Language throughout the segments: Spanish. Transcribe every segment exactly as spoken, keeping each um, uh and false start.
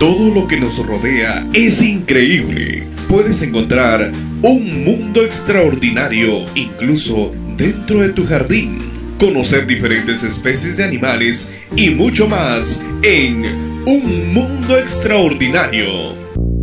Todo lo que nos rodea es increíble. Puedes encontrar un mundo extraordinario incluso dentro de tu jardín. Conocer diferentes especies de animales y mucho más en Un Mundo Extraordinario.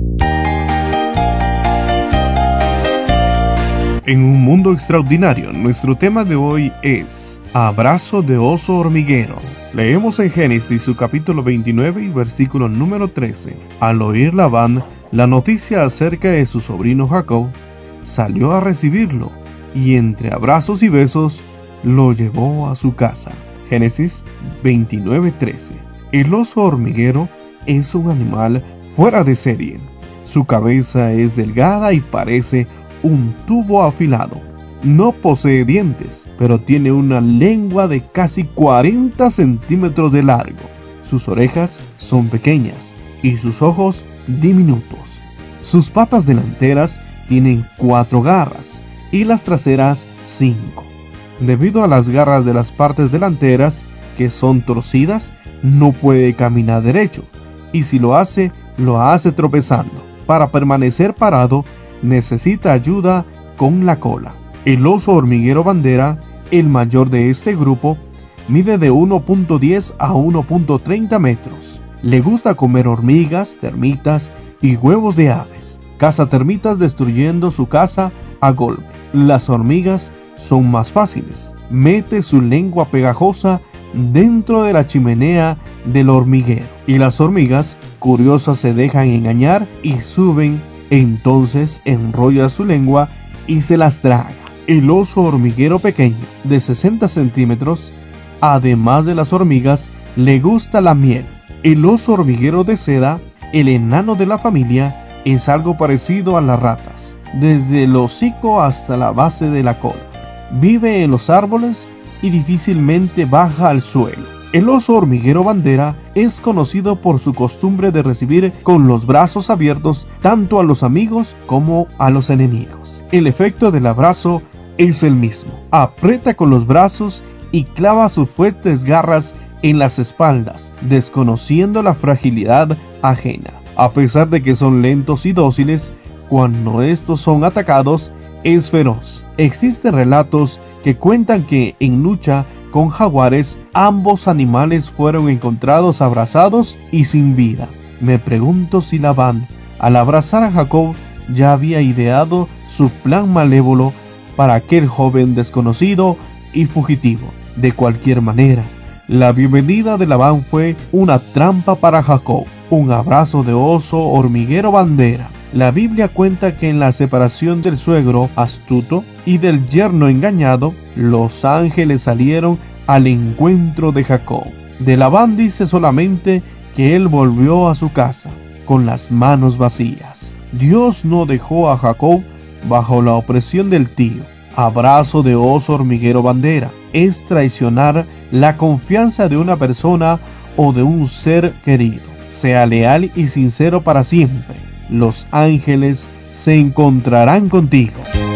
En Un Mundo Extraordinario, nuestro tema de hoy es Abrazo de oso hormiguero. Leemos en Génesis su capítulo veintinueve y versículo número trece. Al oír Labán la noticia acerca de su sobrino Jacob, salió a recibirlo y entre abrazos y besos lo llevó a su casa. Génesis veintinueve trece. El oso hormiguero es un animal fuera de serie. Su cabeza es delgada y parece un tubo afilado. No posee dientes, pero tiene una lengua de casi cuarenta centímetros de largo. Sus orejas son pequeñas y sus ojos diminutos. Sus patas delanteras tienen cuatro garras y las traseras cinco. Debido a las garras de las partes delanteras, que son torcidas, no puede caminar derecho, y si lo hace, lo hace tropezando. Para permanecer parado, necesita ayuda con la cola. El oso hormiguero bandera, el mayor de este grupo, mide de uno punto diez a uno punto treinta metros. Le gusta comer hormigas, termitas y huevos de aves. Caza termitas destruyendo su casa a golpe. Las hormigas son más fáciles. Mete su lengua pegajosa dentro de la chimenea del hormiguero y las hormigas curiosas se dejan engañar y suben. Entonces enrolla su lengua y se las traga. El oso hormiguero pequeño, de sesenta centímetros, además de las hormigas, le gusta la miel. El oso hormiguero de seda, el enano de la familia, es algo parecido a las ratas, desde el hocico hasta la base de la cola. Vive en los árboles y difícilmente baja al suelo. El oso hormiguero bandera es conocido por su costumbre de recibir con los brazos abiertos tanto a los amigos como a los enemigos. El efecto del abrazo es el mismo. Aprieta con los brazos y clava sus fuertes garras en las espaldas, desconociendo la fragilidad ajena. A pesar de que son lentos y dóciles, cuando estos son atacados, es feroz. Existen relatos que cuentan que en lucha con jaguares, ambos animales fueron encontrados abrazados y sin vida. Me pregunto si Labán, al abrazar a Jacob, ya había ideado su plan malévolo para aquel joven desconocido y fugitivo. De cualquier manera, la bienvenida de Labán fue una trampa para Jacob, un abrazo de oso hormiguero bandera. La Biblia cuenta que en la separación del suegro astuto y del yerno engañado, los ángeles salieron al encuentro de Jacob. De Labán dice solamente que él volvió a su casa con las manos vacías. Dios no dejó a Jacob bajo la opresión del tío. Abrazo de oso hormiguero bandera es traicionar la confianza de una persona o de un ser querido. Sea leal y sincero para siempre. Los ángeles se encontrarán contigo.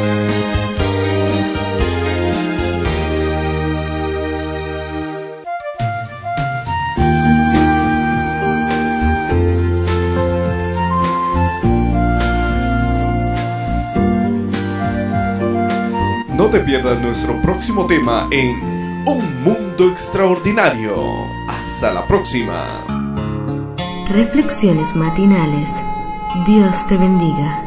No te pierdas nuestro próximo tema en Un Mundo Extraordinario. Hasta la próxima. Reflexiones matinales. Dios te bendiga.